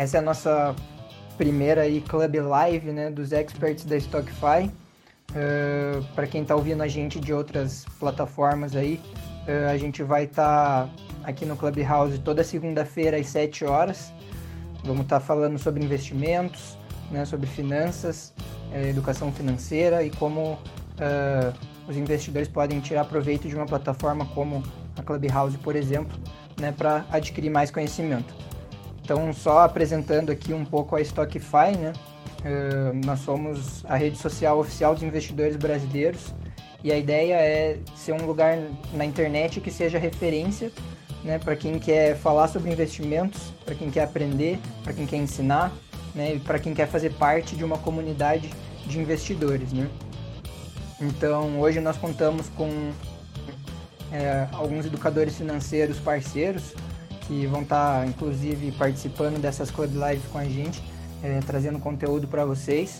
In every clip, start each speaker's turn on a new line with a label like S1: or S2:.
S1: Essa é a nossa primeira aí Club Live, né, dos experts da StockFi. Para quem está ouvindo a gente de outras plataformas aí, a gente vai estar aqui no Clubhouse toda segunda-feira às 7 horas. Vamos estar falando sobre investimentos, né, sobre finanças, educação financeira e como os investidores podem tirar proveito de uma plataforma como a Clubhouse, por exemplo, né, para adquirir mais conhecimento. Então, só apresentando aqui um pouco a StockFi, né? Nós somos a rede social oficial dos investidores brasileiros e a ideia é ser um lugar na internet que seja referência, né, para quem quer falar sobre investimentos, para quem quer aprender, para quem quer ensinar, né, e para quem quer fazer parte de uma comunidade de investidores, né? Então, hoje nós contamos com alguns educadores financeiros parceiros que vão estar, inclusive, participando dessas Club Lives com a gente, trazendo conteúdo para vocês.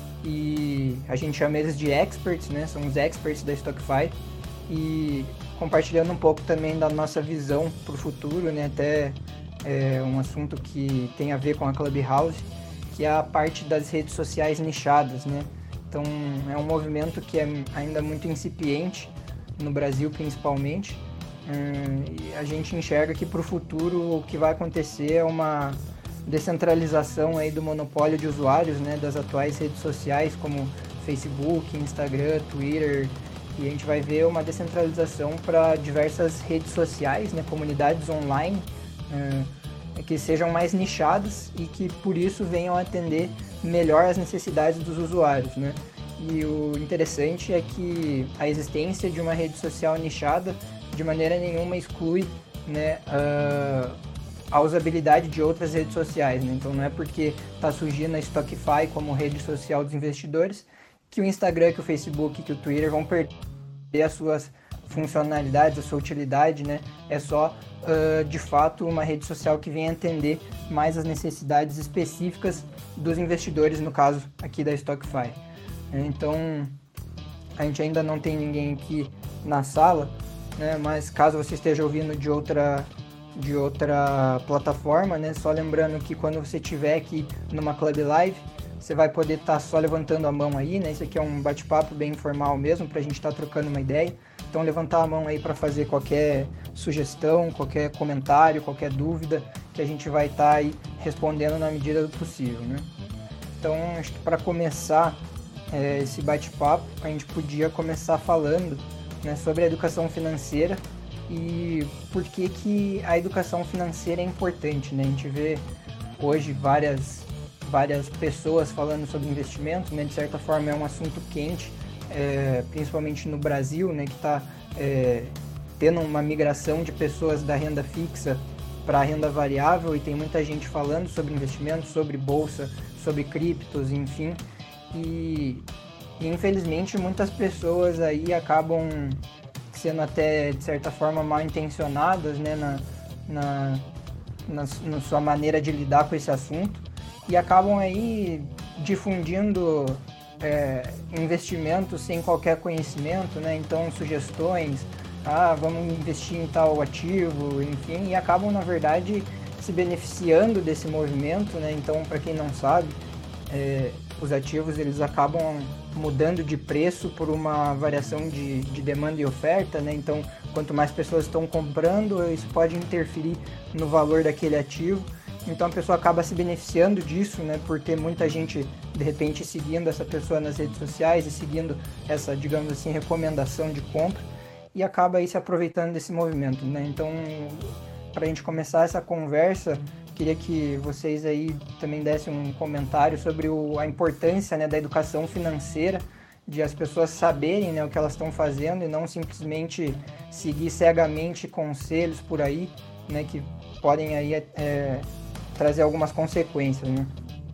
S1: E a gente chama eles de experts, né? São os experts da StockFi. E compartilhando um pouco também da nossa visão para o futuro, né? Até um assunto que tem a ver com a Clubhouse, que é a parte das redes sociais nichadas, né? Então, é um movimento que é ainda muito incipiente, no Brasil principalmente, e a gente enxerga que para o futuro o que vai acontecer é uma descentralização aí do monopólio de usuários, né, das atuais redes sociais como Facebook, Instagram, Twitter, e a gente vai ver uma descentralização para diversas redes sociais, né, comunidades online, que sejam mais nichadas e que por isso venham atender melhor as necessidades dos usuários, né? E o interessante é que a existência de uma rede social nichada de maneira nenhuma exclui, né, a usabilidade de outras redes sociais, né? Então não é porque está surgindo a StockFi como rede social dos investidores que o Instagram, que o Facebook, que o Twitter vão perder as suas funcionalidades, a sua utilidade, né? É só, de fato, uma rede social que vem atender mais as necessidades específicas dos investidores, no caso aqui da StockFi. Então, a gente ainda não tem ninguém aqui na sala, né? Mas caso você esteja ouvindo de outra plataforma, né? Só lembrando que quando você estiver aqui numa Club Live, você vai poder estar só levantando a mão aí, né? Isso aqui é um bate-papo bem informal mesmo, para a gente estar trocando uma ideia. Então, levantar a mão aí para fazer qualquer sugestão, qualquer comentário, qualquer dúvida, que a gente vai estar aí respondendo na medida do possível, né? Então, acho que para começar esse bate-papo, a gente podia começar falando, né, sobre a educação financeira e por que a educação financeira é importante, né? A gente vê hoje várias pessoas falando sobre investimentos, né? De certa forma é um assunto quente, principalmente no Brasil, né? Que está tendo uma migração de pessoas da renda fixa para a renda variável e tem muita gente falando sobre investimentos, sobre bolsa, sobre criptos, enfim. E infelizmente muitas pessoas aí acabam sendo até de certa forma mal intencionadas, né, na sua maneira de lidar com esse assunto e acabam aí difundindo investimentos sem qualquer conhecimento, né? Então sugestões, vamos investir em tal ativo, enfim, e acabam na verdade se beneficiando desse movimento, né? Então, para quem não sabe, os ativos eles acabam mudando de preço por uma variação de demanda e oferta, né? Então, quanto mais pessoas estão comprando, isso pode interferir no valor daquele ativo. Então, a pessoa acaba se beneficiando disso, né? Por ter muita gente, de repente, seguindo essa pessoa nas redes sociais e seguindo essa, digamos assim, recomendação de compra e acaba aí se aproveitando desse movimento, né? Então, para a gente começar essa conversa, queria que vocês aí também dessem um comentário sobre a importância, né, da educação financeira, de as pessoas saberem, né, o que elas estão fazendo e não simplesmente seguir cegamente conselhos por aí, né, que podem aí trazer algumas consequências, né?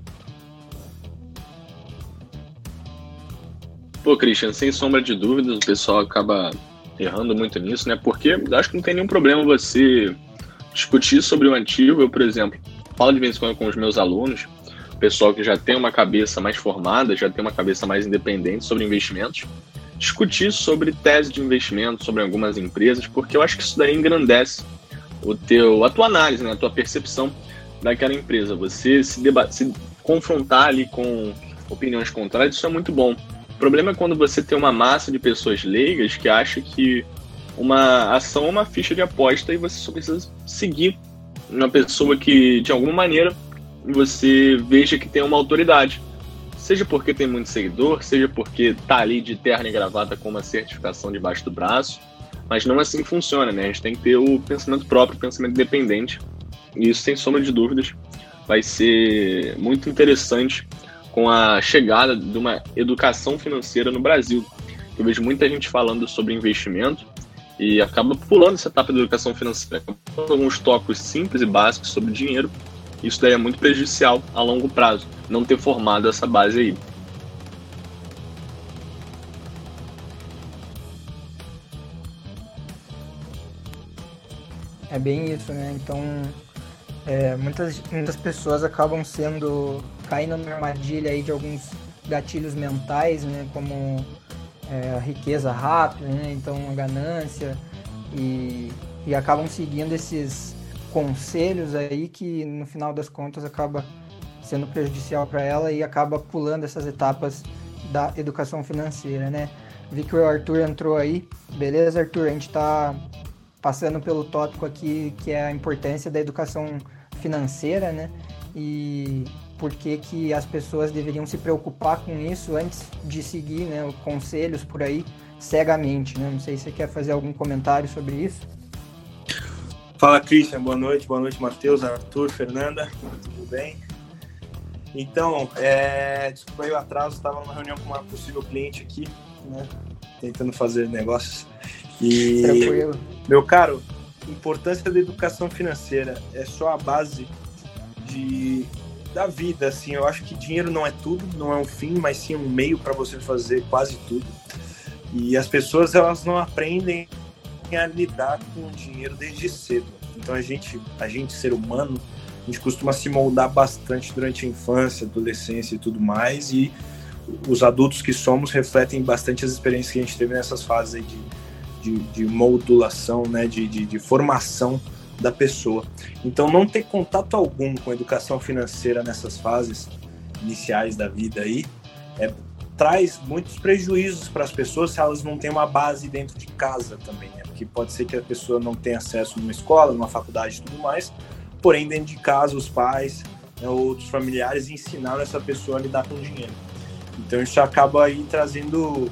S2: Pô, Christian, sem sombra de dúvidas, o pessoal acaba errando muito nisso, né? Porque acho que não tem nenhum problema você discutir sobre o ativo. Eu, por exemplo, falo de vez em quando com os meus alunos, pessoal que já tem uma cabeça mais formada, já tem uma cabeça mais independente sobre investimentos, discutir sobre tese de investimento, sobre algumas empresas, porque eu acho que isso daí engrandece a tua análise, né, a tua percepção daquela empresa. Você se confrontar ali com opiniões contrárias, isso é muito bom. O problema é quando você tem uma massa de pessoas leigas que acha que uma ação é uma ficha de aposta e você só precisa seguir uma pessoa que, de alguma maneira, você veja que tem uma autoridade. Seja porque tem muito seguidor, seja porque tá ali de terno e gravata com uma certificação debaixo do braço. Mas não assim funciona, né? A gente tem que ter o pensamento próprio, o pensamento independente. E isso, sem sombra de dúvidas, vai ser muito interessante com a chegada de uma educação financeira no Brasil. Eu vejo muita gente falando sobre investimento e acaba pulando essa etapa da educação financeira, com alguns tópicos simples e básicos sobre dinheiro. Isso daí é muito prejudicial a longo prazo, não ter formado essa base aí.
S1: É bem isso, né? Então, muitas pessoas acabam caindo numa armadilha aí de alguns gatilhos mentais, né? Como a riqueza rápida, né? Então, a ganância, e acabam seguindo esses conselhos aí que, no final das contas, acaba sendo prejudicial para ela e acaba pulando essas etapas da educação financeira, né? Vi que o Arthur entrou aí. Beleza, Arthur? A gente está passando pelo tópico aqui, que é a importância da educação financeira, né? E por que as pessoas deveriam se preocupar com isso antes de seguir, né, conselhos por aí cegamente, né? Não sei se você quer fazer algum comentário sobre isso.
S3: Fala, Christian. Boa noite, Matheus, Arthur, Fernanda. Tudo bem? Então, desculpa aí o atraso, estava numa reunião com uma possível cliente aqui, né? Tentando fazer negócios. E, tranquilo. Meu caro, importância da educação financeira é só a base da vida, assim. Eu acho que dinheiro não é tudo, não é um fim, mas sim um meio para você fazer quase tudo. E as pessoas, elas não aprendem a lidar com o dinheiro desde cedo. Então a gente, ser humano, a gente costuma se moldar bastante durante a infância, adolescência e tudo mais, e os adultos que somos refletem bastante as experiências que a gente teve nessas fases aí de modulação, né, de formação da pessoa. Então não ter contato algum com a educação financeira nessas fases iniciais da vida aí traz muitos prejuízos para as pessoas se elas não têm uma base dentro de casa também, né? Porque pode ser que a pessoa não tenha acesso numa escola, numa faculdade e tudo mais, porém dentro de casa os pais, né, ou outros familiares ensinaram essa pessoa a lidar com o dinheiro. Então isso acaba aí trazendo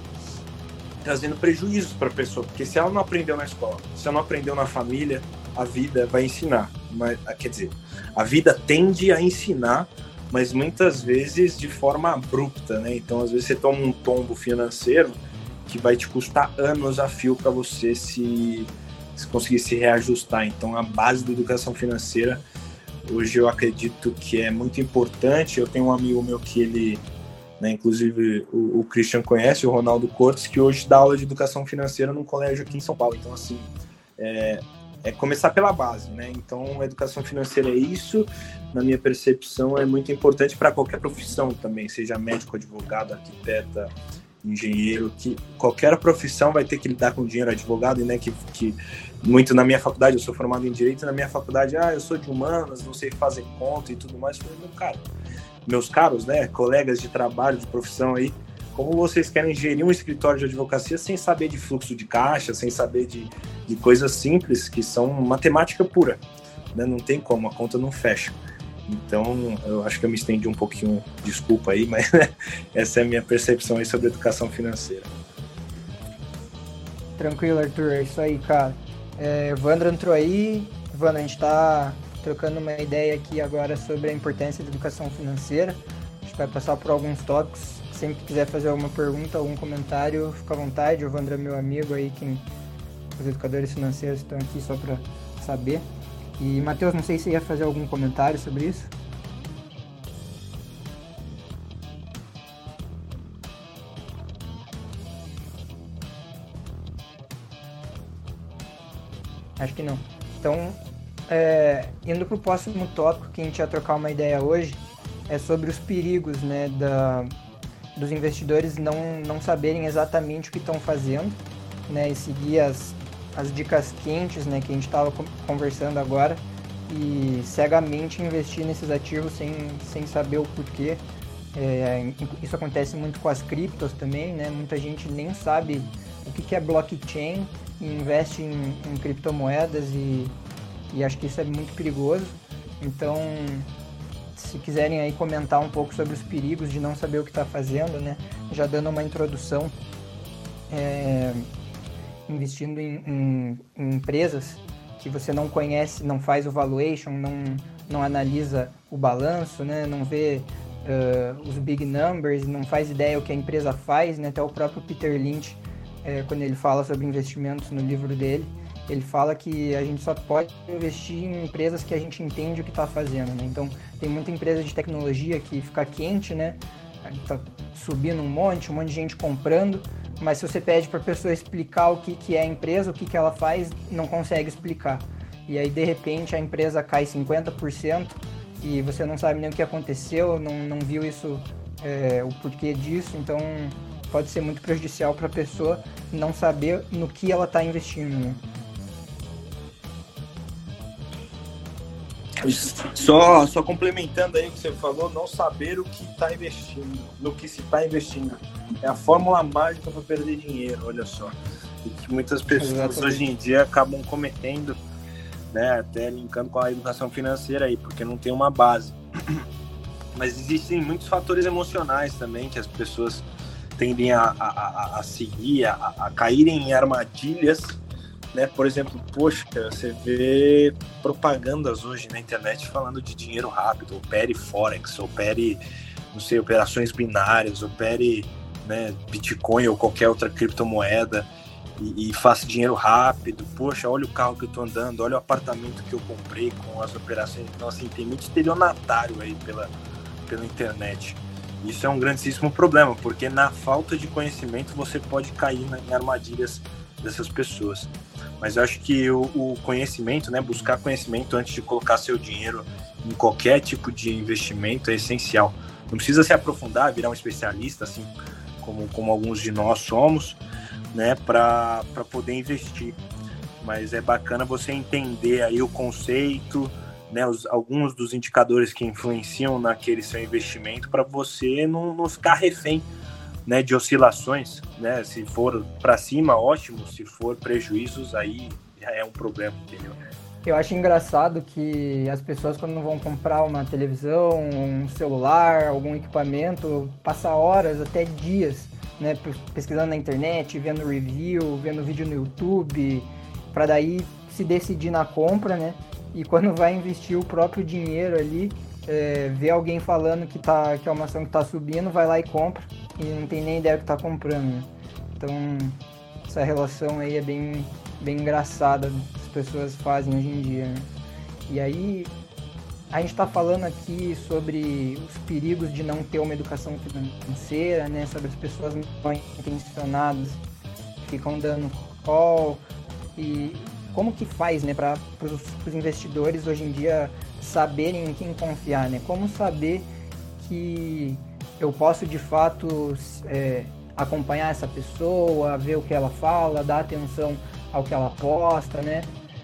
S3: prejuízos para a pessoa, porque se ela não aprendeu na escola, se ela não aprendeu na família, a vida vai ensinar. Mas, quer dizer, a vida tende a ensinar, mas muitas vezes de forma abrupta, né? Então, às vezes você toma um tombo financeiro que vai te custar anos a fio para você se conseguir se reajustar. Então, a base da educação financeira, hoje eu acredito que é muito importante. Eu tenho um amigo meu que ele, né, inclusive o Christian conhece, o Ronaldo Cortes, que hoje dá aula de educação financeira num colégio aqui em São Paulo. Então, assim, é começar pela base, né? Então, a educação financeira é isso, na minha percepção, é muito importante para qualquer profissão também, seja médico, advogado, arquiteta, engenheiro, que qualquer profissão vai ter que lidar com dinheiro. Advogado, né, que muito na minha faculdade, eu sou formado em Direito, na minha faculdade, eu sou de humanas, não sei fazer conta e tudo mais. Eu falei, meus caros, né, colegas de trabalho, de profissão aí, como vocês querem gerir um escritório de advocacia sem saber de fluxo de caixa, sem saber de coisas simples que são matemática pura, né? Não tem como, a conta não fecha. Então, eu acho que eu me estendi um pouquinho, desculpa aí, mas essa é a minha percepção aí sobre educação financeira.
S1: Tranquilo, Arthur, é isso aí, cara. Evandro entrou aí. Evandro, a gente tá trocando uma ideia aqui agora sobre a importância da educação financeira. A gente vai passar por alguns tópicos. Sempre que quiser fazer alguma pergunta, algum comentário, fica à vontade. O Evandro é meu amigo aí, os educadores financeiros estão aqui só para saber. E, Matheus, não sei se você ia fazer algum comentário sobre isso. Acho que não. Então, indo para o próximo tópico que a gente ia trocar uma ideia hoje, é sobre os perigos, né, dos investidores não saberem exatamente o que estão fazendo, né, e seguir as dicas quentes, né, que a gente estava conversando agora, e cegamente investir nesses ativos sem saber o porquê. Isso acontece muito com as criptos também, né? Muita gente nem sabe o que é blockchain e investe em criptomoedas e acho que isso é muito perigoso. Então, se quiserem aí comentar um pouco sobre os perigos de não saber o que está fazendo, né? Já dando uma introdução, investindo em empresas que você não conhece, não faz o valuation, não analisa o balanço, né? Não vê os big numbers, não faz ideia o que a empresa faz, né? Até o próprio Peter Lynch, quando ele fala sobre investimentos no livro dele, ele fala que a gente só pode investir em empresas que a gente entende o que está fazendo, né? Então, tem muita empresa de tecnologia que fica quente, né? Tá subindo um monte de gente comprando, mas se você pede para a pessoa explicar o que é a empresa, o que ela faz, não consegue explicar. E aí, de repente, a empresa cai 50% e você não sabe nem o que aconteceu, não viu isso, o porquê disso, então pode ser muito prejudicial para a pessoa não saber no que ela está investindo, né?
S3: Só complementando aí o que você falou, não saber o que está investindo, no que se está investindo. É a fórmula mágica para perder dinheiro, olha só. E que muitas pessoas hoje em dia acabam cometendo, né, até linkando com a educação financeira aí, porque não tem uma base. Mas existem muitos fatores emocionais também que as pessoas tendem a seguir, a caírem em armadilhas, né? Por exemplo, poxa, você vê propagandas hoje na internet falando de dinheiro rápido, opere Forex, opere, não sei, operações binárias, opere, né, Bitcoin ou qualquer outra criptomoeda e faça dinheiro rápido. Poxa, olha o carro que eu tô andando, olha o apartamento que eu comprei com as operações. Então, assim, tem muito estelionatário aí pela internet. Isso é um grandíssimo problema, porque na falta de conhecimento você pode cair em armadilhas dessas pessoas. Mas eu acho que o conhecimento, né, buscar conhecimento antes de colocar seu dinheiro em qualquer tipo de investimento é essencial. Não precisa se aprofundar, virar um especialista, assim como alguns de nós somos, né, para poder investir. Mas é bacana você entender aí o conceito, né, alguns dos indicadores que influenciam naquele seu investimento, para você não ficar refém, né, de oscilações, né? Se for para cima, ótimo. Se for prejuízos, aí já é um problema, entendeu?
S1: Eu acho engraçado que as pessoas, quando vão comprar uma televisão, um celular, algum equipamento, passam horas, até dias, né, pesquisando na internet, vendo review, vendo vídeo no YouTube, para daí se decidir na compra, né? E quando vai investir o próprio dinheiro ali, vê alguém falando que é uma ação que está subindo, vai lá e compra e não tem nem ideia do que está comprando, né? Então, essa relação aí é bem engraçada que as pessoas fazem hoje em dia, né? E aí, a gente está falando aqui sobre os perigos de não ter uma educação financeira, né? Sobre as pessoas mal intencionadas que ficam dando call e como que faz, né, para os investidores hoje em dia saberem em quem confiar, né? Como saber que eu posso de fato acompanhar essa pessoa, ver o que ela fala, dar atenção ao que ela posta, né?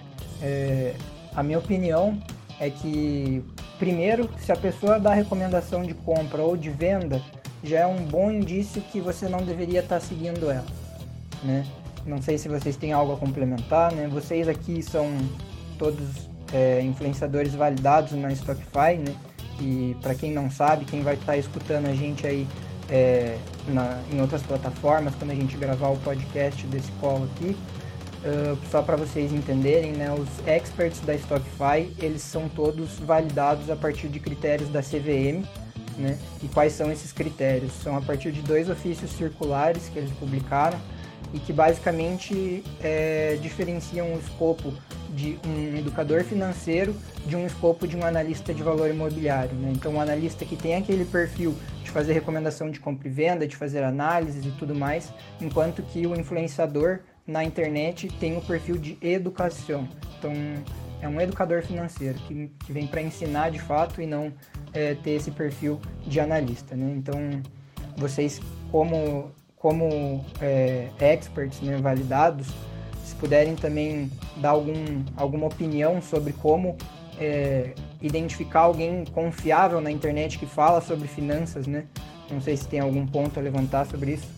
S1: A minha opinião é que, primeiro, se a pessoa dá recomendação de compra ou de venda, já é um bom indício que você não deveria estar seguindo ela, né? Não sei se vocês têm algo a complementar, né? Vocês aqui são todos influenciadores validados na StockFi, né? E para quem não sabe, quem vai estar escutando a gente aí em outras plataformas, quando a gente gravar o podcast desse call aqui, só para vocês entenderem, né? Os experts da StockFi, eles são todos validados a partir de critérios da CVM, né? E quais são esses critérios? São a partir de 2 ofícios circulares que eles publicaram, e que basicamente diferenciam o escopo de um educador financeiro de um escopo de um analista de valor imobiliário, né? Então, um analista que tem aquele perfil de fazer recomendação de compra e venda, de fazer análises e tudo mais, enquanto que o influenciador na internet tem o perfil de educação. Então, é um educador financeiro que vem para ensinar de fato e não ter esse perfil de analista, né? Então, vocês como experts, né, validados, se puderem também dar alguma opinião sobre como identificar alguém confiável na internet que fala sobre finanças, né? Não sei se tem algum ponto a levantar sobre isso.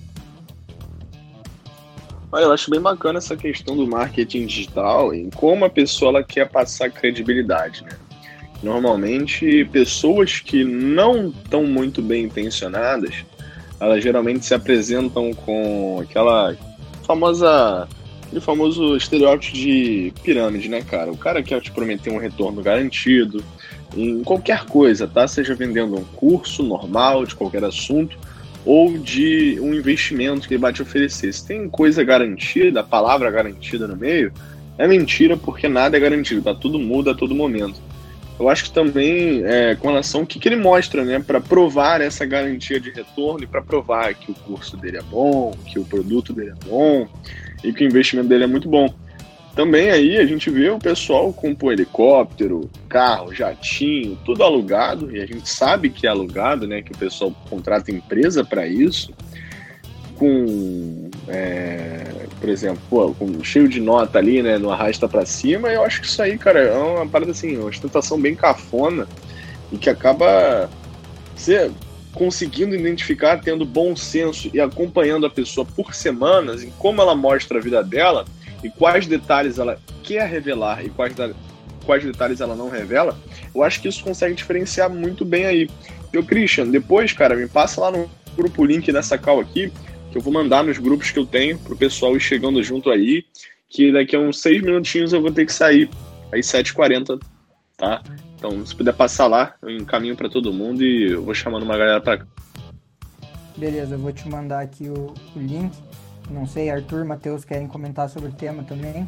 S2: Eu acho bem bacana essa questão do marketing digital e como a pessoa ela quer passar credibilidade, né? Normalmente, pessoas que não estão muito bem intencionadas, elas geralmente se apresentam com aquele famoso estereótipo de pirâmide, né, cara? O cara quer te prometer um retorno garantido em qualquer coisa, tá? Seja vendendo um curso normal de qualquer assunto ou de um investimento que ele vai te oferecer. Se tem coisa garantida, a palavra garantida no meio, é mentira, porque nada é garantido, tá? Tudo muda a todo momento. Eu acho que também, com relação ao que ele mostra, né, para provar essa garantia de retorno e para provar que o curso dele é bom, que o produto dele é bom e que o investimento dele é muito bom. Também aí a gente vê o pessoal com helicóptero, carro, jatinho, tudo alugado, e a gente sabe que é alugado, né, que o pessoal contrata empresa para isso, com, por exemplo, cheio de nota ali, né, no arrasta para cima. E eu acho que isso aí, cara, é uma parada assim, uma ostentação bem cafona e que acaba você conseguindo identificar, tendo bom senso e acompanhando a pessoa por semanas em como ela mostra a vida dela e quais detalhes ela quer revelar e quais detalhes ela não revela. Eu acho que isso consegue diferenciar muito bem aí. E o Christian, depois, cara, me passa lá no grupo o link dessa call aqui, que eu vou mandar nos grupos que eu tenho pro pessoal ir chegando junto aí, que daqui a uns 6 minutinhos eu vou ter que sair, aí 7h40, tá? Então, se puder passar lá, eu encaminho para todo mundo e eu vou chamando uma galera para cá.
S1: Beleza, eu vou te mandar aqui o link. Não sei, Arthur, Matheus, querem comentar sobre o tema também?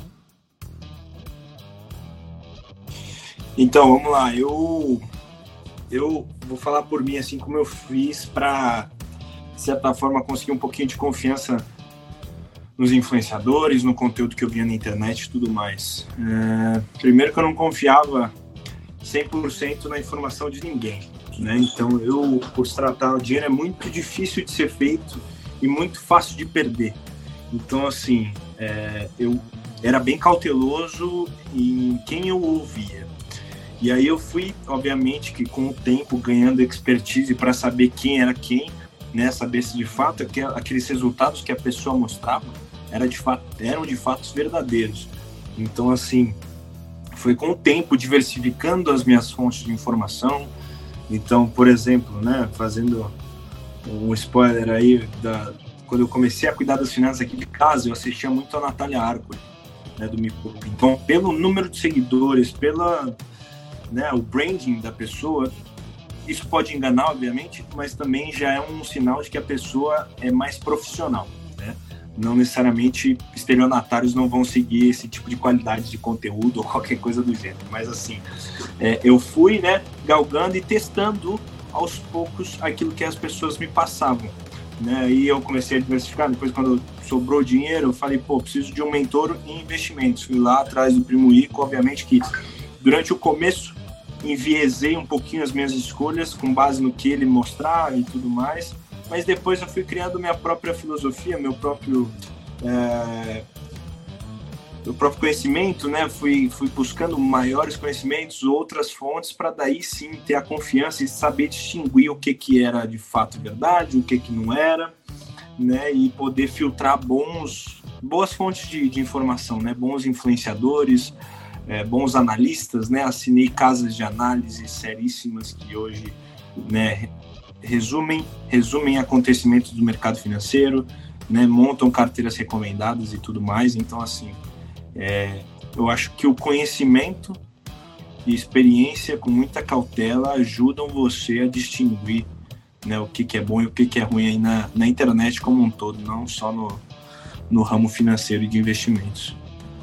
S3: Então, vamos lá. Eu vou falar por mim, assim, como eu fiz para, de certa forma, conseguir um pouquinho de confiança nos influenciadores, no conteúdo que eu via na internet e tudo mais. Primeiro que eu não confiava 100% na informação de ninguém, né? Então, por se tratar, o dinheiro é muito difícil de ser feito e muito fácil de perder. Então, assim, eu era bem cauteloso em quem eu ouvia. E aí eu fui, obviamente, que com o tempo ganhando expertise para saber quem era quem, né? Saber se de fato aqueles resultados que a pessoa mostrava eram de fato verdadeiros. Então, assim, foi com o tempo diversificando as minhas fontes de informação. Então, por exemplo, né, fazendo um spoiler aí, quando eu comecei a cuidar das finanças aqui de casa, eu assistia muito a Natália Arcuri, né, do Me Poupe. Então, pelo número de seguidores, o branding da pessoa, isso pode enganar, obviamente, mas também já é um sinal de que a pessoa é mais profissional, né? Não necessariamente estelionatários não vão seguir esse tipo de qualidade de conteúdo ou qualquer coisa do gênero, mas assim, eu fui, né, galgando e testando aos poucos aquilo que as pessoas me passavam, né? E eu comecei a diversificar. Depois, quando sobrou dinheiro, eu falei, preciso de um mentor em investimentos. Fui lá atrás do Primo Rico. Obviamente que durante o começo enviesei um pouquinho as minhas escolhas com base no que ele mostrava e tudo mais, mas depois eu fui criando minha própria filosofia, meu próprio conhecimento, né? Fui buscando maiores conhecimentos, outras fontes, para daí sim ter a confiança e saber distinguir o que era de fato verdade, o que não era, né? E poder filtrar boas fontes de informação, né? Bons influenciadores, bons analistas, né? Assinei casas de análise seríssimas que hoje, né, resumem acontecimentos do mercado financeiro, né? Montam carteiras recomendadas e tudo mais. Então, assim, eu acho que o conhecimento e experiência com muita cautela ajudam você a distinguir, né, o que é bom e o que é ruim aí na internet como um todo, não só no ramo financeiro e de investimentos.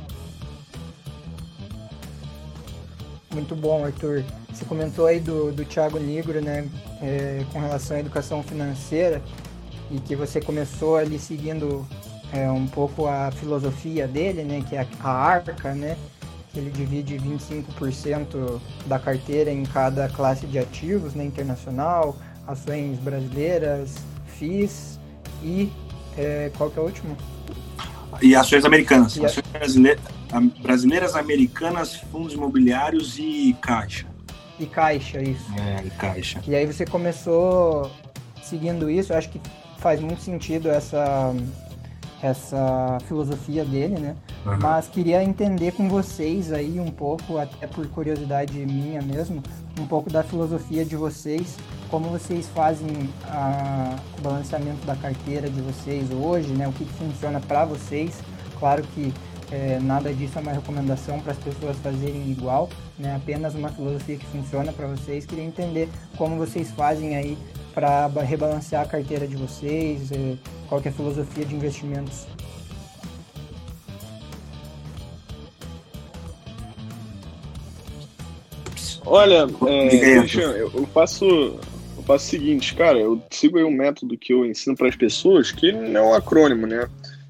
S1: Muito bom, Arthur. Você comentou aí do Thiago Nigro, né, com relação à educação financeira, e que você começou ali seguindo um pouco a filosofia dele, né, que é a ARCA, né, que ele divide 25% da carteira em cada classe de ativos, né, internacional, ações brasileiras, FIIs e qual que é o último?
S3: E ações americanas. Ações brasileiras, americanas, fundos imobiliários e Caixa.
S1: E Caixa, isso.
S3: E Caixa.
S1: E aí você começou seguindo isso, eu acho que faz muito sentido essa filosofia dele, né? Uhum. Mas queria entender com vocês aí um pouco, até por curiosidade minha mesmo, um pouco da filosofia de vocês, como vocês fazem o balanceamento da carteira de vocês hoje, né? O que funciona para vocês. Claro que nada disso é uma recomendação para as pessoas fazerem igual, né? Apenas uma filosofia que funciona para vocês. Queria entender como vocês fazem aí para rebalancear a carteira de vocês, qual que é a filosofia de investimentos.
S2: Olha, Christian, eu faço o seguinte, cara, eu sigo aí um método que eu ensino para as pessoas, que não é um acrônimo, né?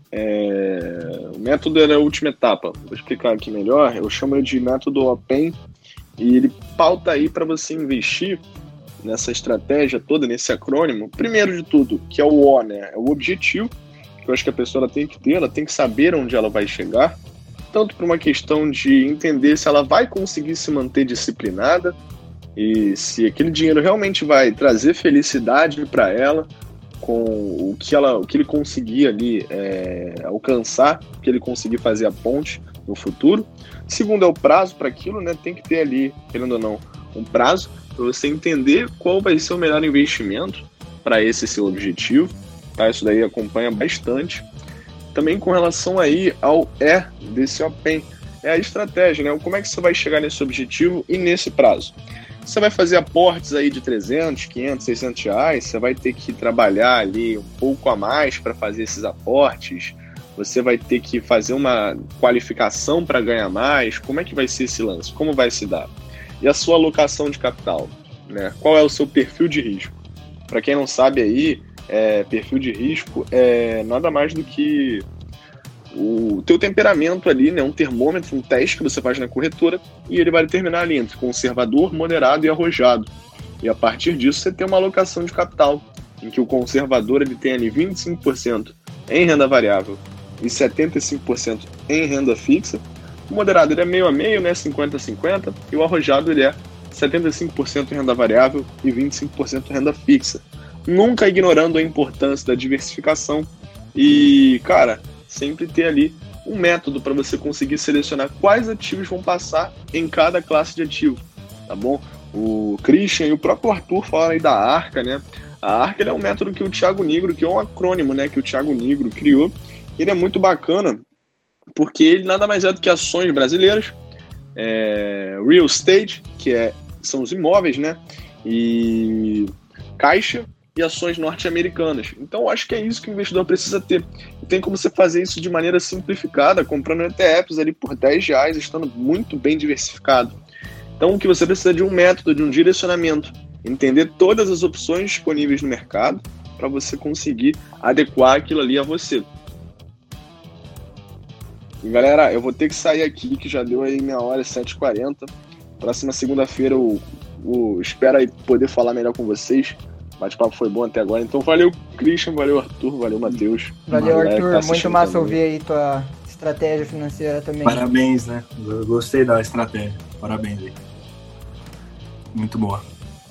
S2: O método era a última etapa. Vou explicar aqui melhor. Eu chamo ele de método OPEN, e ele pauta aí para você investir nessa estratégia toda, nesse acrônimo. Primeiro de tudo, que é o O, né? É o objetivo, que eu acho que a pessoa tem que ter, ela tem que saber onde ela vai chegar, tanto por uma questão de entender se ela vai conseguir se manter disciplinada e se aquele dinheiro realmente vai trazer felicidade para ela com o que ele conseguir ali alcançar, que ele conseguir fazer a ponte no futuro. Segundo é o prazo para aquilo, né? Tem que ter ali, querendo ou não, um prazo para você entender qual vai ser o melhor investimento para esse seu objetivo, tá? Isso daí acompanha bastante. Também com relação aí ao desse OPEN, é a estratégia, né? Como é que você vai chegar nesse objetivo e nesse prazo? Você vai fazer aportes aí de 300, 500, 600 reais, você vai ter que trabalhar ali um pouco a mais para fazer esses aportes, você vai ter que fazer uma qualificação para ganhar mais. Como é que vai ser esse lance? Como vai se dar? E a sua alocação de capital, né? Qual é o seu perfil de risco? Para quem não sabe aí, perfil de risco é nada mais do que o teu temperamento ali, né? Um termômetro, um teste que você faz na corretora, e ele vai determinar ali entre conservador, moderado e arrojado. E a partir disso você tem uma alocação de capital, em que o conservador ele tem ali 25% em renda variável e 75% em renda fixa. O moderado ele é meio a meio, né? 50-50, e o arrojado ele é 75% renda variável e 25% renda fixa. Nunca ignorando a importância da diversificação e, cara, sempre ter ali um método para você conseguir selecionar quais ativos vão passar em cada classe de ativo, tá bom? O Christian e o próprio Arthur falaram aí da Arca, né? A Arca é um método que o Thiago Nigro, que é um acrônimo, né, que o Thiago Nigro criou. Ele é muito bacana porque ele nada mais é do que ações brasileiras, real estate, que são os imóveis, né? E Caixa e ações norte-americanas. Então, eu acho que é isso que o investidor precisa ter. E tem como você fazer isso de maneira simplificada, comprando ETFs ali por R$10, estando muito bem diversificado. Então, o que você precisa de um método, de um direcionamento, entender todas as opções disponíveis no mercado para você conseguir adequar aquilo ali a você. E, galera, eu vou ter que sair aqui, que já deu aí minha hora, 7h40. Próxima segunda-feira eu espero aí poder falar melhor com vocês. O bate-papo foi bom até agora. Então valeu, Christian, valeu, Arthur, valeu, Matheus.
S1: Valeu, Arthur. Muito massa ouvir aí tua estratégia financeira também.
S3: Parabéns, né? Eu gostei da estratégia. Parabéns aí. Muito boa.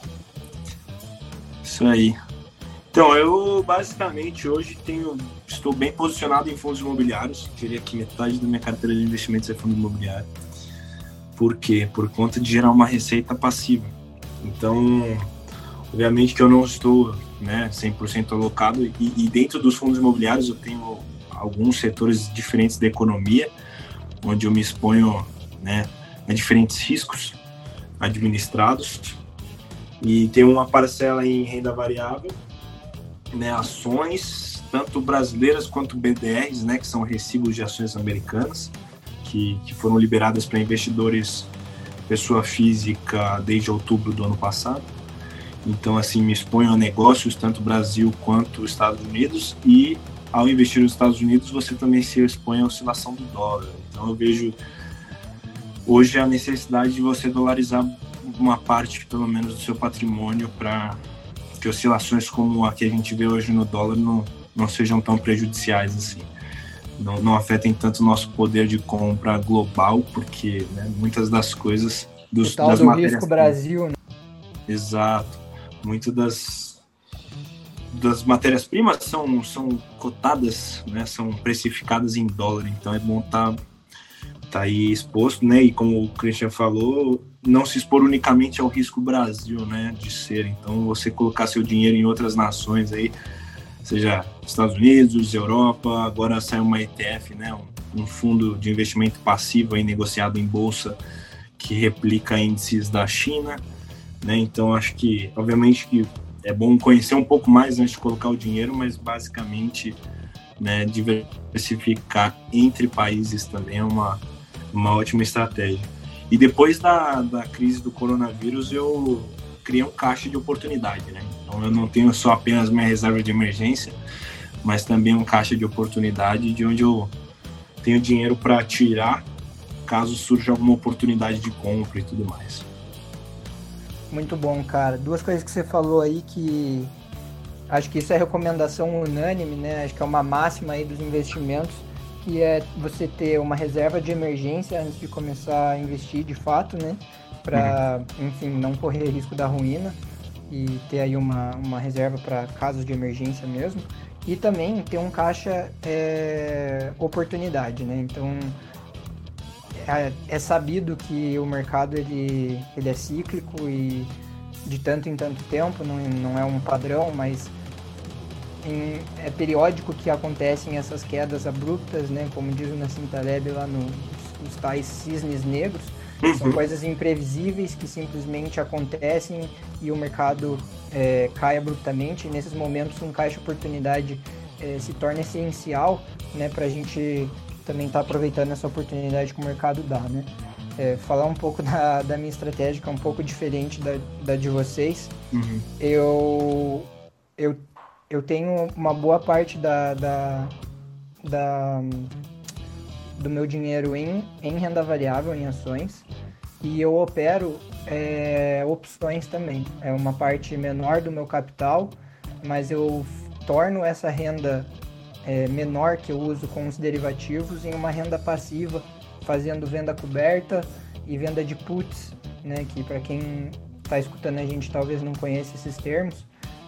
S3: Isso aí. Então, eu basicamente hoje estou bem posicionado em fundos imobiliários. Diria que metade da minha carteira de investimentos é fundo imobiliário. Por quê? Por conta de gerar uma receita passiva. Então, obviamente que eu não estou, né, 100% alocado, e dentro dos fundos imobiliários eu tenho alguns setores diferentes da economia, onde eu me exponho, né, a diferentes riscos administrados, e tem uma parcela em renda variável, né, ações, tanto brasileiras quanto BDRs, né, que são recibos de ações americanas, que foram liberadas para investidores pessoa física desde outubro do ano passado. Então, assim, me exponho a negócios tanto Brasil quanto Estados Unidos, e ao investir nos Estados Unidos você também se expõe à oscilação do dólar. Então eu vejo hoje a necessidade de você dolarizar uma parte, pelo menos, do seu patrimônio, para que oscilações como a que a gente vê hoje no dólar não sejam tão prejudiciais assim. não afetem tanto o nosso poder de compra global, porque, né, muitas das coisas
S1: o tal do risco Brasil, né?
S3: Exato. Muito das matérias-primas são cotadas, né, são precificadas em dólar, então é bom tá aí exposto, né, e como o Christian falou, não se expor unicamente ao risco Brasil, né, de ser. Então você colocar seu dinheiro em outras nações aí, seja Estados Unidos, Europa, agora sai uma ETF, né, um fundo de investimento passivo aí negociado em bolsa que replica índices da China, né? Então acho que, obviamente, que é bom conhecer um pouco mais antes de colocar o dinheiro, mas basicamente, né, diversificar entre países também é uma ótima estratégia. E depois da crise do coronavírus, eu criei um caixa de oportunidade, né? Então eu não tenho só apenas minha reserva de emergência, mas também um caixa de oportunidade de onde eu tenho dinheiro para tirar caso surja alguma oportunidade de compra e tudo mais.
S1: Muito bom, cara. Duas coisas que você falou aí que acho que isso é recomendação unânime, né? Acho que é uma máxima aí dos investimentos, que é você ter uma reserva de emergência antes de começar a investir de fato, né? Para, enfim, não correr risco da ruína e ter aí uma reserva para casos de emergência mesmo. E também ter um caixa oportunidade, né? Então, é sabido que o mercado ele é cíclico e de tanto em tanto tempo, não é um padrão, mas é periódico que acontecem essas quedas abruptas, né? Como diz o Nassim Taleb lá nos tais cisnes negros. São coisas imprevisíveis que simplesmente acontecem e o mercado cai abruptamente. E nesses momentos, um caixa oportunidade se torna essencial, né, para a gente também estar aproveitando essa oportunidade que o mercado dá, né? Falar um pouco da minha estratégia, que é um pouco diferente da de vocês. Eu tenho uma boa parte do meu dinheiro em renda variável, em ações, e eu opero opções também. É uma parte menor do meu capital, mas eu torno essa renda menor que eu uso com os derivativos em uma renda passiva, fazendo venda coberta e venda de puts, né, que para quem está escutando a gente talvez não conheça esses termos.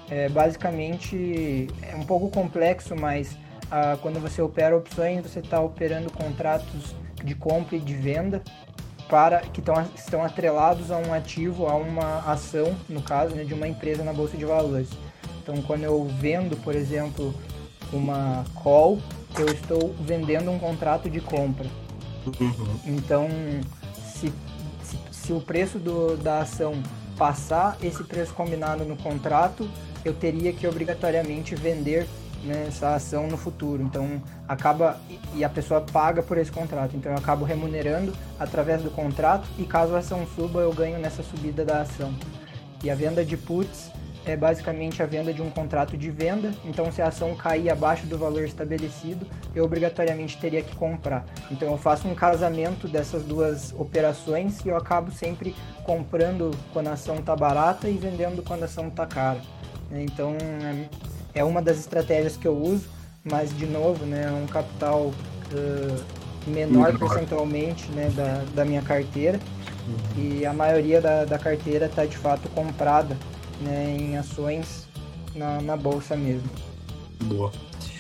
S1: Basicamente é um pouco complexo, mas quando você opera opções, você está operando contratos de compra e de venda que estão atrelados a um ativo, a uma ação, no caso, né, de uma empresa na Bolsa de Valores. Então, quando eu vendo, por exemplo, uma call, eu estou vendendo um contrato de compra. Então, se o preço da ação passar esse preço combinado no contrato, eu teria que obrigatoriamente vender, né, essa ação no futuro. Então, e a pessoa paga por esse contrato. Então, eu acabo remunerando através do contrato e caso a ação suba, eu ganho nessa subida da ação. E a venda de puts é basicamente a venda de um contrato de venda. Então, se a ação cair abaixo do valor estabelecido, eu obrigatoriamente teria que comprar. Então, eu faço um casamento dessas duas operações e eu acabo sempre comprando quando a ação está barata e vendendo quando a ação está cara. Então, é uma das estratégias que eu uso, mas, de novo, né, é um capital menor percentualmente, né, da minha carteira. E a maioria da carteira está, de fato, comprada, né, em ações na bolsa mesmo.
S3: Boa.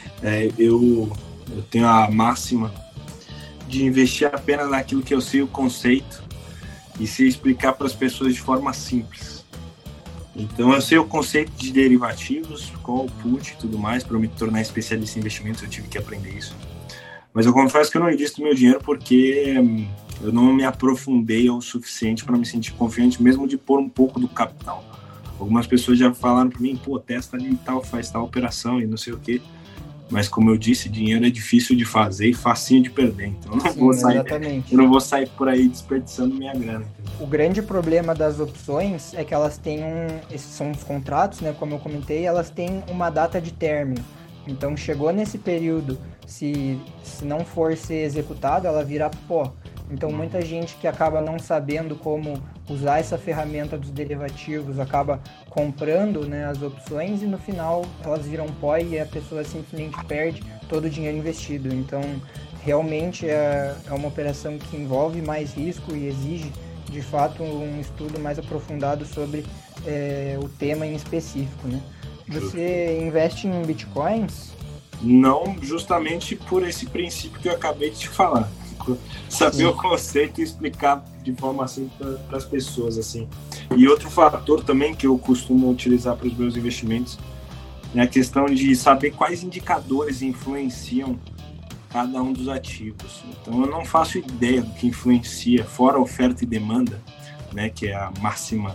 S3: Eu tenho a máxima de investir apenas naquilo que eu sei o conceito e sei explicar para as pessoas de forma simples. Então eu sei o conceito de derivativos, call, put e tudo mais. Para me tornar especialista em investimentos eu tive que aprender isso. Mas eu confesso que eu não invisto meu dinheiro porque eu não me aprofundei o suficiente para me sentir confiante mesmo de pôr um pouco do capital. Algumas pessoas já falaram para mim, testa ali e tal, faz tal operação e não sei o quê. Mas como eu disse, dinheiro é difícil de fazer e facinho de perder. Então eu não vou sair por aí desperdiçando minha grana.
S1: O grande problema das opções é que elas têm esses são os contratos, né, como eu comentei, elas têm uma data de término. Então chegou nesse período, se não for ser executado, ela vira pó. Então muita gente que acaba não sabendo como usar essa ferramenta dos derivativos acaba comprando, né, as opções e no final elas viram pó e a pessoa simplesmente perde todo o dinheiro investido. Então, realmente é uma operação que envolve mais risco e exige, de fato, um estudo mais aprofundado sobre o tema em específico, né? Você investe em bitcoins?
S3: Não, justamente por esse princípio que eu acabei de te falar. Saber Sim. o conceito e explicar de forma assim para as pessoas, assim. E outro fator também que eu costumo utilizar para os meus investimentos é a questão de saber quais indicadores influenciam cada um dos ativos. Então eu não faço ideia do que influencia, fora oferta e demanda, né, que é a máxima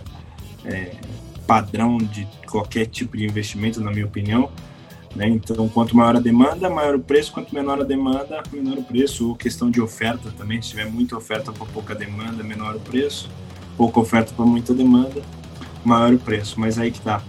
S3: padrão de qualquer tipo de investimento, na minha opinião, né? Então, quanto maior a demanda, maior o preço, quanto menor a demanda, menor o preço. Ou questão de oferta também, se tiver muita oferta para pouca demanda, menor o preço, pouca oferta para muita demanda, maior o preço. Mas aí que tá.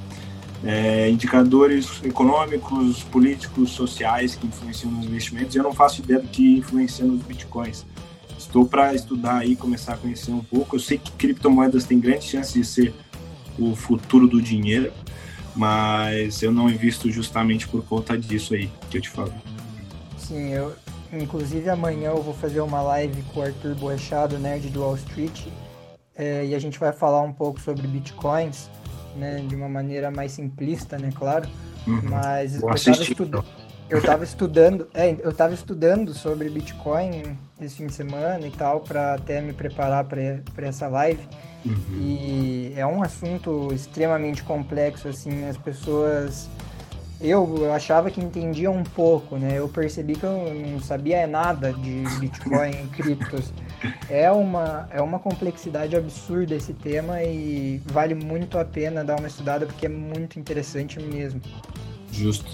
S3: Indicadores econômicos, políticos, sociais que influenciam nos investimentos. Eu não faço ideia do que influencia nos bitcoins. Estou para estudar aí, começar a conhecer um pouco. Eu sei que criptomoedas têm grande chance de ser o futuro do dinheiro, mas eu não invisto justamente por conta disso aí que eu te falo.
S1: Sim, inclusive amanhã eu vou fazer uma live com o Arthur Boechat, nerd do Wall Street, e a gente vai falar um pouco sobre bitcoins, né, de uma maneira mais simplista, né, claro, mas eu estava estudando sobre Bitcoin esse fim de semana e tal, para até me preparar para essa live. E é um assunto extremamente complexo, assim, as pessoas... Eu achava que entendia um pouco, né? Eu percebi que eu não sabia nada de Bitcoin e criptos. É uma complexidade absurda esse tema e vale muito a pena dar uma estudada porque é muito interessante mesmo.
S3: Justo.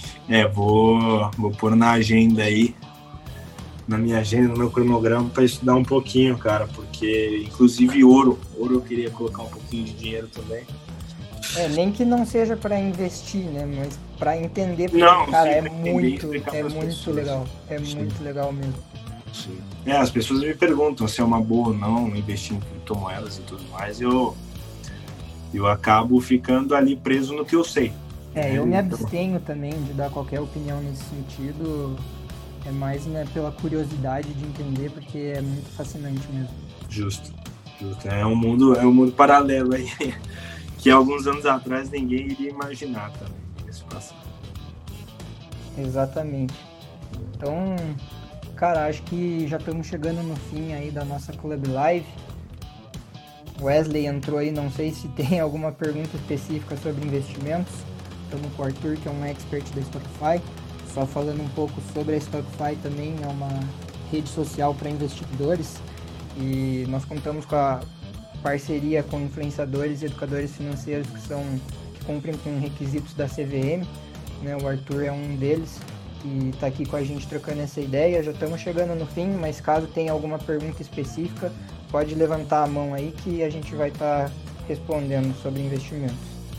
S3: Vou pôr na agenda aí, na minha agenda, no meu cronograma, para estudar um pouquinho, cara, porque inclusive ouro eu queria colocar um pouquinho de dinheiro também.
S1: Nem que não seja para investir, né, mas para entender, porque, cara, é muito legal, muito legal mesmo.
S3: Sim. As pessoas me perguntam se é uma boa ou não investir em criptomoedas e tudo mais, eu acabo ficando ali preso no que eu sei.
S1: Eu me abstenho também de dar qualquer opinião nesse sentido. É mais, né, pela curiosidade de entender, porque é muito fascinante mesmo.
S3: Justo. É um mundo paralelo aí, que alguns anos atrás ninguém iria imaginar também.
S1: Exatamente. Então, cara, acho que já estamos chegando no fim aí da nossa Club Live. Wesley entrou aí, não sei se tem alguma pergunta específica sobre investimentos. Estamos com o Arthur, que é um expert da StockFi. Só falando um pouco sobre a StockFi também, é uma rede social para investidores e nós contamos com a parceria com influenciadores e educadores financeiros que cumprem com requisitos da CVM, né? O Arthur é um deles e está aqui com a gente trocando essa ideia. Já estamos chegando no fim, mas caso tenha alguma pergunta específica, pode levantar a mão aí que a gente vai estar respondendo sobre investimentos.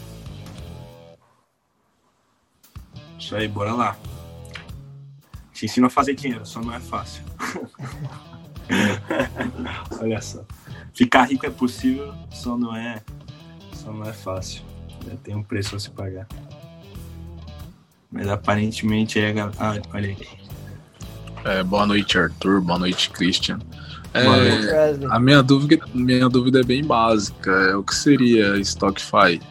S3: Isso aí, bora lá. Te ensino a fazer dinheiro, só não é fácil. Olha só. Ficar rico é possível, só não é fácil. Tem um preço a se pagar. Mas aparentemente olha aí.
S4: Boa noite, Arthur. Boa noite, Christian.
S1: Boa noite,
S4: a minha dúvida é bem básica. O que seria StockFi?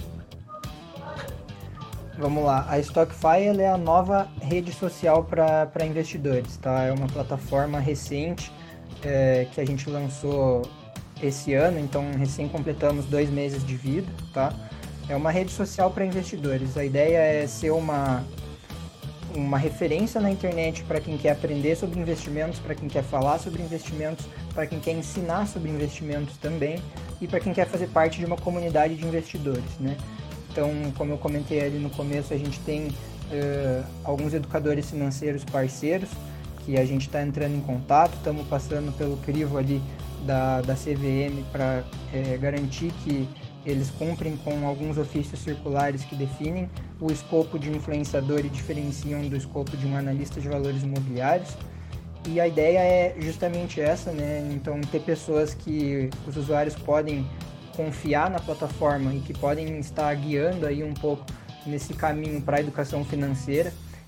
S1: Vamos lá, a StockFi ela é a nova rede social para investidores, tá? É uma plataforma recente que a gente lançou esse ano, então recém completamos 2 meses de vida, tá? É uma rede social para investidores. A ideia é ser uma referência na internet para quem quer aprender sobre investimentos, para quem quer falar sobre investimentos, para quem quer ensinar sobre investimentos também e para quem quer fazer parte de uma comunidade de investidores, né? Então, como eu comentei ali no começo, a gente tem alguns educadores financeiros parceiros que a gente está entrando em contato, estamos passando pelo crivo ali da CVM para garantir que eles cumprem com alguns ofícios circulares que definem o escopo de influenciador e diferenciam do escopo de um analista de valores imobiliários. E a ideia é justamente essa, né? Então, ter pessoas que os usuários podem confiar na plataforma e que podem estar guiando aí um pouco nesse caminho para a educação financeira.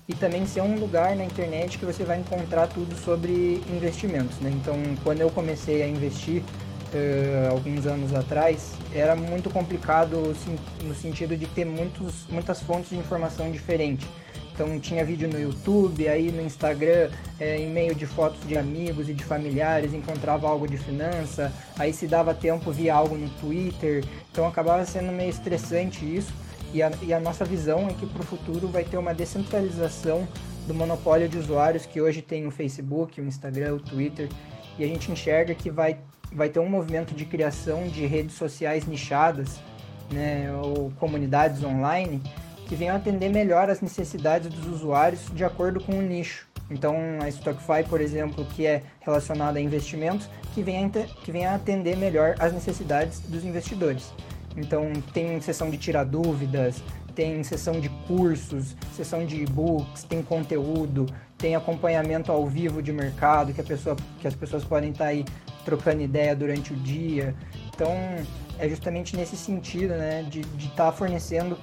S1: e também ser um lugar na internet que você vai encontrar tudo sobre investimentos, né? Então, quando eu comecei a investir alguns anos atrás, era muito complicado no sentido de ter muitas fontes de informação diferentes. Então tinha vídeo no YouTube, aí no Instagram, em meio de fotos de amigos e de familiares, encontrava algo de finança, aí se dava tempo via algo no Twitter, então acabava sendo meio estressante isso, e a nossa visão é que para o futuro vai ter uma descentralização do monopólio de usuários que hoje tem o Facebook, o Instagram, o Twitter, e a gente enxerga que vai ter um movimento de criação de redes sociais nichadas, né, ou comunidades online, que venham atender melhor as necessidades dos usuários de acordo com o nicho. Então, a StockFi, por exemplo, que é relacionada a investimentos, que venha atender melhor as necessidades dos investidores. Então, tem sessão de tirar dúvidas, tem sessão de cursos, sessão de e-books, tem conteúdo, tem acompanhamento ao vivo de mercado, que as pessoas podem estar aí trocando ideia durante o dia. Então, é justamente nesse sentido, né, de estar fornecendo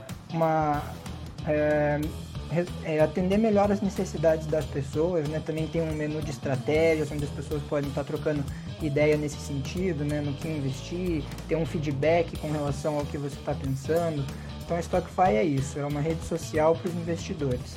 S1: atender melhor as necessidades das pessoas, né? Também tem um menu de estratégias onde as pessoas podem estar trocando ideia nesse sentido, né? No que investir, ter um feedback com relação ao que você está pensando. Então a StockFi é isso, é uma rede social para os investidores.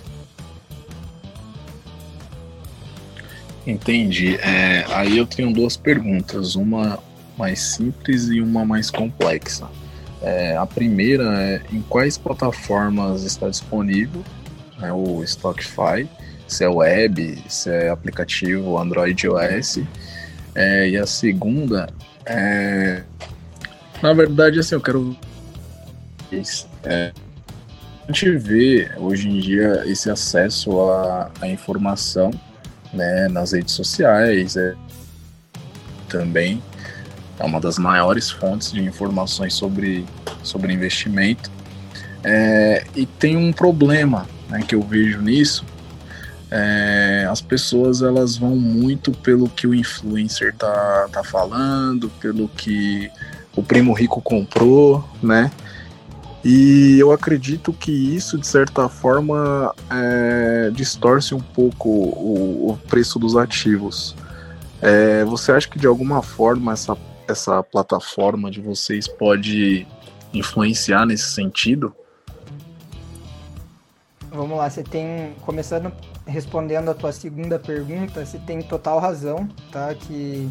S4: Entendi. Aí eu tenho duas perguntas, uma mais simples e uma mais complexa. A primeira é em quais plataformas está disponível, né, o StockFi, se é web, se é aplicativo Android e iOS. E a segunda na verdade, assim, eu quero a gente vê hoje em dia esse acesso à informação, né, nas redes sociais, também é uma das maiores fontes de informações sobre investimento. E tem um problema, né, que eu vejo nisso. As pessoas elas vão muito pelo que o influencer tá falando, pelo que o primo rico comprou, né? E eu acredito que isso, de certa forma, distorce um pouco o preço dos ativos. Você acha que, de alguma forma, essa plataforma de vocês pode influenciar nesse sentido?
S1: Vamos lá, começando respondendo a tua segunda pergunta, você tem total razão, tá? Que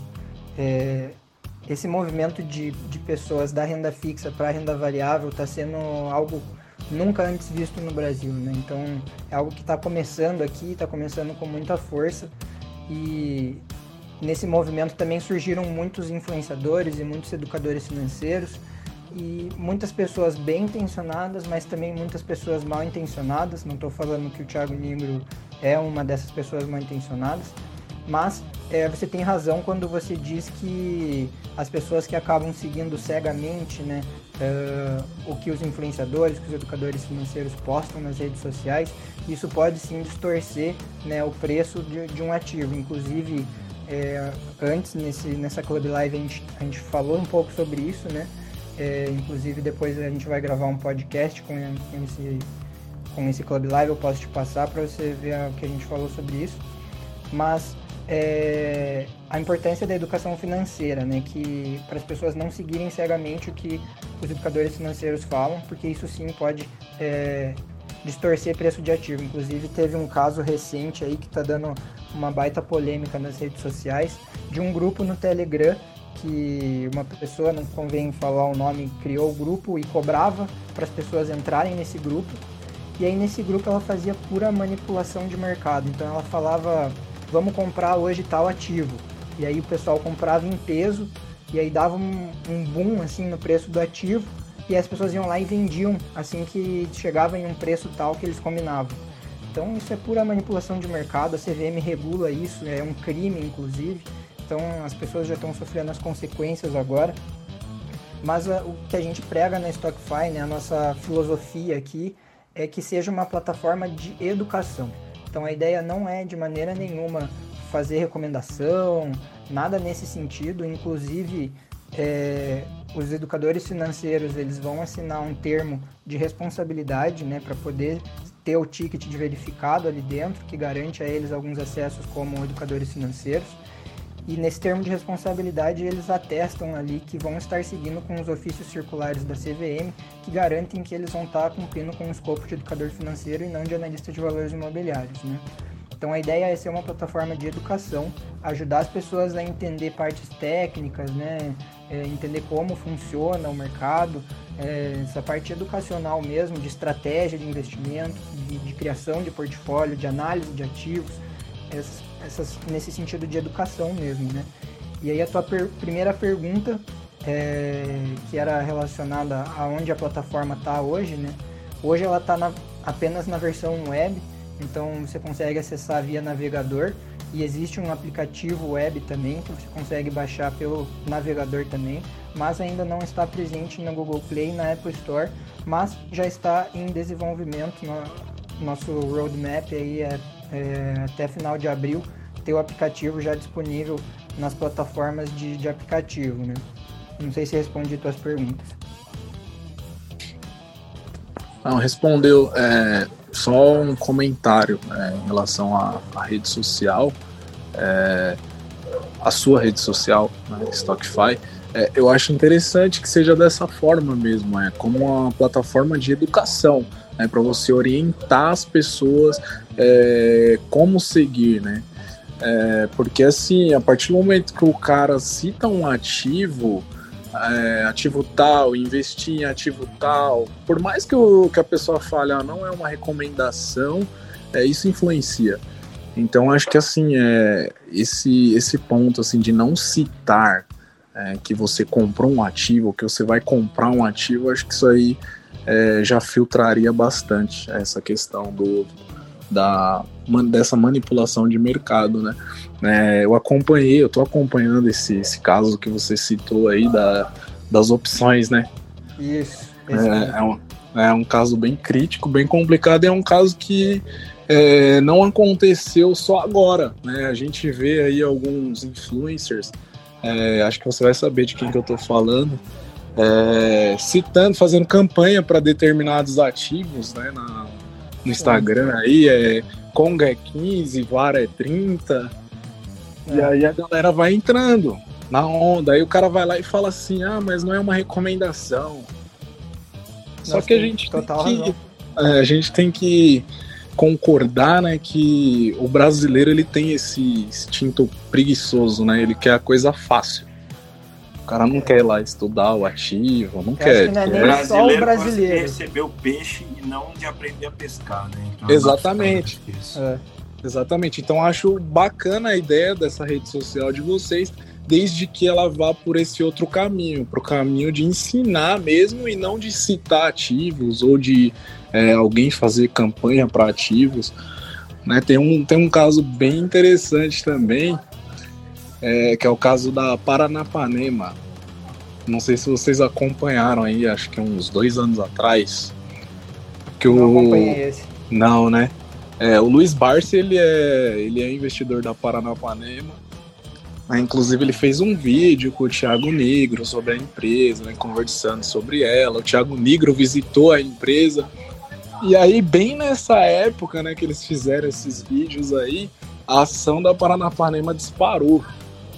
S1: esse movimento de pessoas da renda fixa para a renda variável está sendo algo nunca antes visto no Brasil, né? Então é algo que está começando aqui, está começando com muita força, e nesse movimento também surgiram muitos influenciadores e muitos educadores financeiros, e muitas pessoas bem intencionadas, mas também muitas pessoas mal intencionadas. Não estou falando que o Thiago Nigro é uma dessas pessoas mal intencionadas, mas você tem razão quando você diz que as pessoas que acabam seguindo cegamente, né, o que os influenciadores, que os educadores financeiros postam nas redes sociais, isso pode sim distorcer, né, o preço de um ativo. Inclusive, antes nessa Club Live a gente falou um pouco sobre isso, né? Inclusive depois a gente vai gravar um podcast com esse Club Live, eu posso te passar para você ver o que a gente falou sobre isso. Mas a importância da educação financeira, né, que para as pessoas não seguirem cegamente o que os educadores financeiros falam, porque isso sim pode distorcer preço de ativo. Inclusive teve um caso recente aí que está dando uma baita polêmica nas redes sociais, de um grupo no Telegram que uma pessoa, não convém falar o nome, criou o grupo e cobrava para as pessoas entrarem nesse grupo. E aí nesse grupo ela fazia pura manipulação de mercado. Então ela falava: vamos comprar hoje tal ativo. E aí o pessoal comprava em peso, e aí dava um boom assim no preço do ativo, e as pessoas iam lá e vendiam assim que chegava em um preço tal que eles combinavam. Então isso é pura manipulação de mercado, a CVM regula isso, é um crime inclusive. Então as pessoas já estão sofrendo as consequências agora. Mas o que a gente prega na StockFi, né, a nossa filosofia aqui, é que seja uma plataforma de educação. Então a ideia não é de maneira nenhuma fazer recomendação, nada nesse sentido. Inclusive os educadores financeiros eles vão assinar um termo de responsabilidade, né, para poder ter o ticket de verificado ali dentro, que garante a eles alguns acessos como educadores financeiros. E nesse termo de responsabilidade, eles atestam ali que vão estar seguindo com os ofícios circulares da CVM, que garantem que eles vão estar cumprindo com o escopo de educador financeiro e não de analista de valores imobiliários, né? Então a ideia é ser uma plataforma de educação, ajudar as pessoas a entender partes técnicas, né? Entender como funciona o mercado, essa parte educacional mesmo, de estratégia de investimento, de criação de portfólio, de análise de ativos, nesse sentido de educação mesmo, né? E aí a tua primeira pergunta, que era relacionada a onde a plataforma está hoje, né? Hoje ela está apenas na versão web, então você consegue acessar via navegador, e existe um aplicativo web também que você consegue baixar pelo navegador também, mas ainda não está presente na Google Play e na Apple Store, mas já está em desenvolvimento. Nosso roadmap aí até final de abril ter o aplicativo já disponível nas plataformas de aplicativo, né? Não sei se respondi tuas perguntas.
S4: Não, respondeu. Só um comentário em relação à rede social, a sua rede social, né, StockFi. Eu acho interessante que seja dessa forma mesmo, como uma plataforma de educação, né, para você orientar as pessoas como seguir, né? Porque assim, a partir do momento que o cara cita um ativo, ativo tal, investir em ativo tal, por mais que a pessoa fale, não é uma recomendação, isso influencia. Então acho que assim, esse ponto assim, de não citar que você comprou um ativo, que você vai comprar um ativo, acho que isso aí já filtraria bastante essa questão dessa manipulação de mercado, né? Eu tô acompanhando esse caso que você citou aí das opções, né?
S1: Isso.
S4: É um caso bem crítico, bem complicado, e é um caso que não aconteceu só agora, né? A gente vê aí alguns influencers, acho que você vai saber de quem que eu tô falando, fazendo campanha para determinados ativos, né, no Instagram aí, Conga é 15, Vara é 30, e aí a galera vai entrando na onda, aí o cara vai lá e fala assim, mas não é uma recomendação. Só que a gente tem que concordar, né, que o brasileiro ele tem esse instinto preguiçoso, né, ele quer a coisa fácil. O cara não quer ir lá estudar o ativo, não quer.
S1: Não é nem só o brasileiro.
S3: Gosta de receber o peixe e não de aprender a pescar, né? Então,
S4: exatamente. Exatamente. Então acho bacana a ideia dessa rede social de vocês, desde que ela vá por esse outro caminho, pro caminho de ensinar mesmo e não de citar ativos ou de alguém fazer campanha para ativos, né? Tem um caso bem interessante também, que é o caso da Paranapanema. Não sei se vocês acompanharam aí, acho que uns 2 anos atrás.
S1: Não acompanhei esse.
S4: Não, né? O Luiz Barsi, ele é investidor da Paranapanema. Inclusive, ele fez um vídeo com o Thiago Nigro sobre a empresa, né, conversando sobre ela. O Thiago Nigro visitou a empresa. E aí, bem nessa época, né, que eles fizeram esses vídeos aí, a ação da Paranapanema disparou.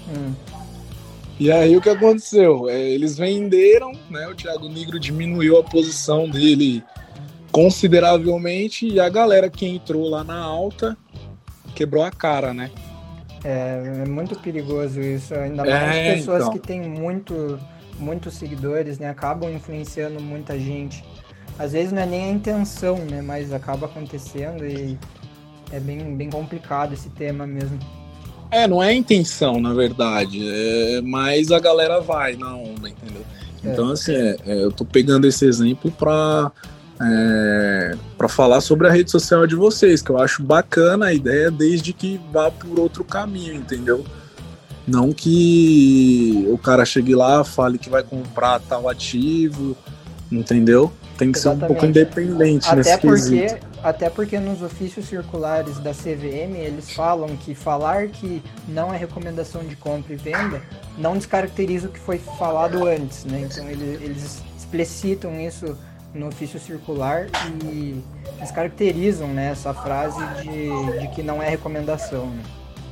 S4: E aí o que aconteceu? Eles venderam, né? O Thiago Nigro diminuiu a posição dele consideravelmente e a galera que entrou lá na alta quebrou a cara, né?
S1: É muito perigoso isso, ainda mais pessoas que têm muitos seguidores, né? Acabam influenciando muita gente. Às vezes não é nem a intenção, né? Mas acaba acontecendo e é bem complicado esse tema mesmo.
S4: Não é a intenção, na verdade, mas a galera vai na onda, entendeu? Então, assim, eu tô pegando esse exemplo para falar sobre a rede social de vocês, que eu acho bacana a ideia, desde que vá por outro caminho, entendeu? Não que o cara chegue lá, fale que vai comprar tal ativo, entendeu? Tem que ser um pouco independente nesse quesito.
S1: Até porque nos ofícios circulares da CVM, eles falam que falar que não é recomendação de compra e venda não descaracteriza o que foi falado antes, né? Então eles explicitam isso no ofício circular e eles caracterizam, né, essa frase de que não é recomendação, né?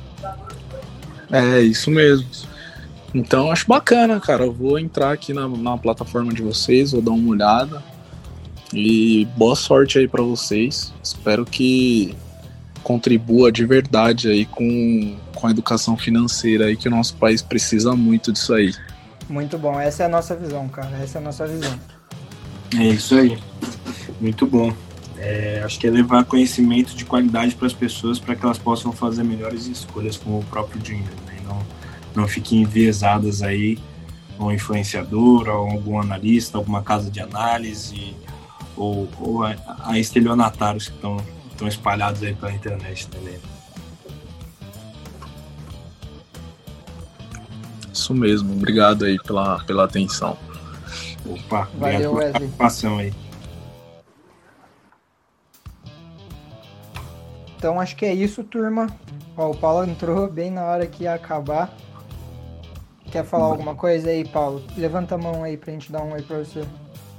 S4: É, isso mesmo. Então, acho bacana, cara. Eu vou entrar aqui na plataforma de vocês, vou dar uma olhada. E boa sorte aí pra vocês. Espero que contribua de verdade aí com a educação financeira aí, que o nosso país precisa muito disso aí.
S1: Muito bom. Essa é a nossa visão, cara. Essa é a nossa visão.
S3: É isso aí. Muito bom. Acho que é levar conhecimento de qualidade para as pessoas para que elas possam fazer melhores escolhas com o próprio dinheiro, né? Não fiquem enviesadas aí a um influenciador, a algum analista, alguma casa de análise ou a estelionatários que estão espalhados aí pela internet também.
S4: Isso mesmo. Obrigado aí pela atenção.
S3: Opa,
S1: valeu,
S3: obrigado pela
S1: Wesley.
S3: participação aí.
S1: Então acho que é isso, turma. Ó, o Paulo entrou bem na hora que ia acabar. Quer falar alguma coisa aí, Paulo? Levanta a mão aí pra gente dar um oi pra você.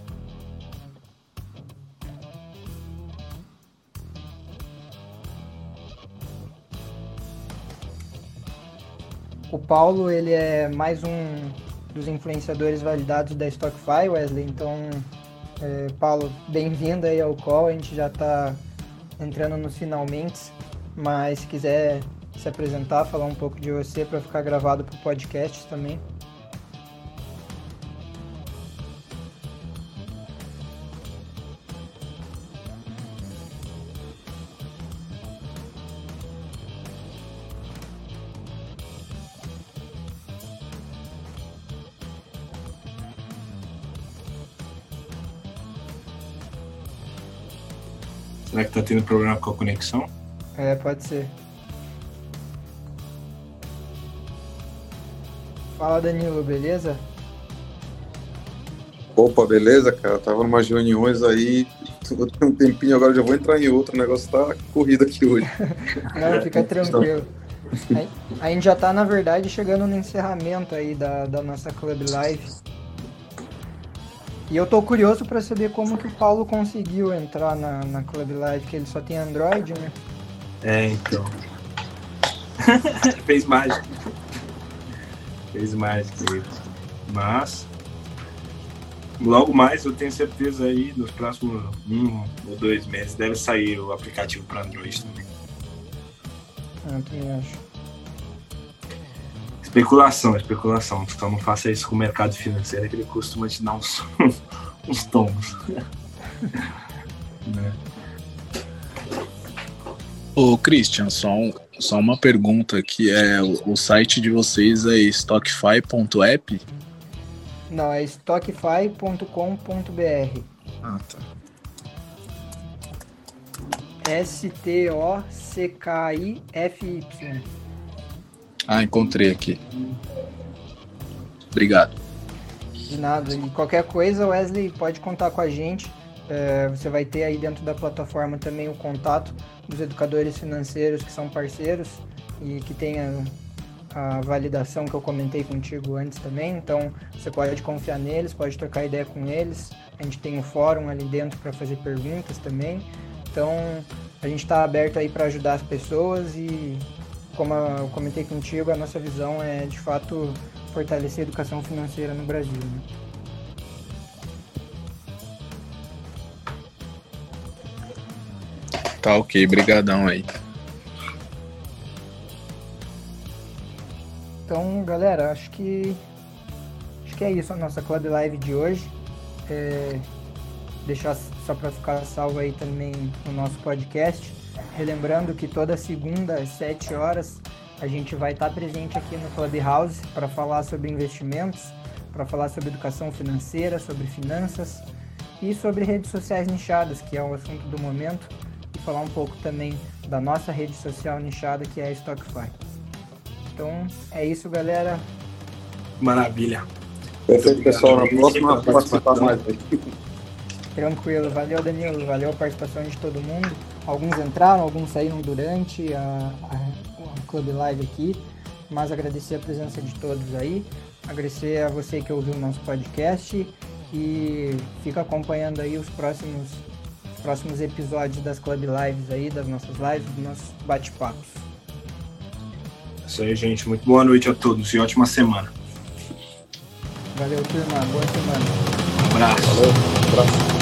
S1: O Paulo, ele é mais um dos influenciadores validados da StockFi, Wesley. Então, Paulo, bem-vindo aí ao call. A gente já tá entrando nos finalmente, mas se quiser se apresentar, falar um pouco de você para ficar gravado pro podcast também.
S3: Será que tá tendo problema com a conexão?
S1: Pode ser. Fala, Danilo, beleza?
S5: Opa, beleza, cara? Tava em umas reuniões aí, um tempinho, agora já vou entrar em outro, o negócio tá corrido aqui hoje.
S1: Não, fica tranquilo. A gente já tá, na verdade, chegando no encerramento aí da nossa Club Live. E eu tô curioso pra saber como que o Paulo conseguiu entrar na Club Live, que ele só tem Android, né?
S3: Então. Fez mágica. Fez mágica aí. Mas logo mais, eu tenho certeza aí, nos próximos 1 ou 2 meses, deve sair o aplicativo para Android também.
S1: Eu também acho.
S3: Especulação. Só não faça isso com o mercado financeiro, que ele costuma te dar uns tombos. Né?
S4: Ô, Christian, só uma pergunta aqui. O site de vocês é stockfi.app?
S1: Não, é stockfi.com.br.
S4: Ah, tá.
S1: STOCKIFY.
S4: Ah, encontrei aqui. Obrigado.
S1: De nada. E qualquer coisa, Wesley, pode contar com a gente. Você vai ter aí dentro da plataforma também o contato dos educadores financeiros que são parceiros e que tem a validação que eu comentei contigo antes também. Então, você pode confiar neles, pode trocar ideia com eles. A gente tem um fórum ali dentro para fazer perguntas também. Então, a gente está aberto aí para ajudar as pessoas e, como eu comentei contigo, a nossa visão é, de fato, fortalecer a educação financeira no Brasil, né?
S4: Tá ok, brigadão aí.
S1: Então, galera, acho que é isso a nossa Club Live de hoje. Deixar só para ficar salvo aí também no nosso podcast. Relembrando que toda segunda às 7 horas a gente vai estar presente aqui no Clubhouse para falar sobre investimentos, para falar sobre educação financeira, sobre finanças e sobre redes sociais nichadas, que é o assunto do momento, e falar um pouco também da nossa rede social nichada, que é a StockFi. Então, é isso, galera.
S3: Maravilha.
S5: Perfeito, pessoal. Na próxima, participar mais.
S1: Tranquilo. Valeu, Danilo. Valeu a participação de todo mundo. Alguns entraram, alguns saíram durante a Club Live aqui, mas agradecer a presença de todos aí. Agradecer a você que ouviu o nosso podcast e fica acompanhando aí os próximos episódios das Club Lives aí, das nossas lives, dos nossos bate-papos.
S3: Isso aí, gente. Muito boa noite a todos e ótima semana.
S1: Valeu, turma. Boa semana.
S3: Um abraço.
S5: Valeu, um abraço.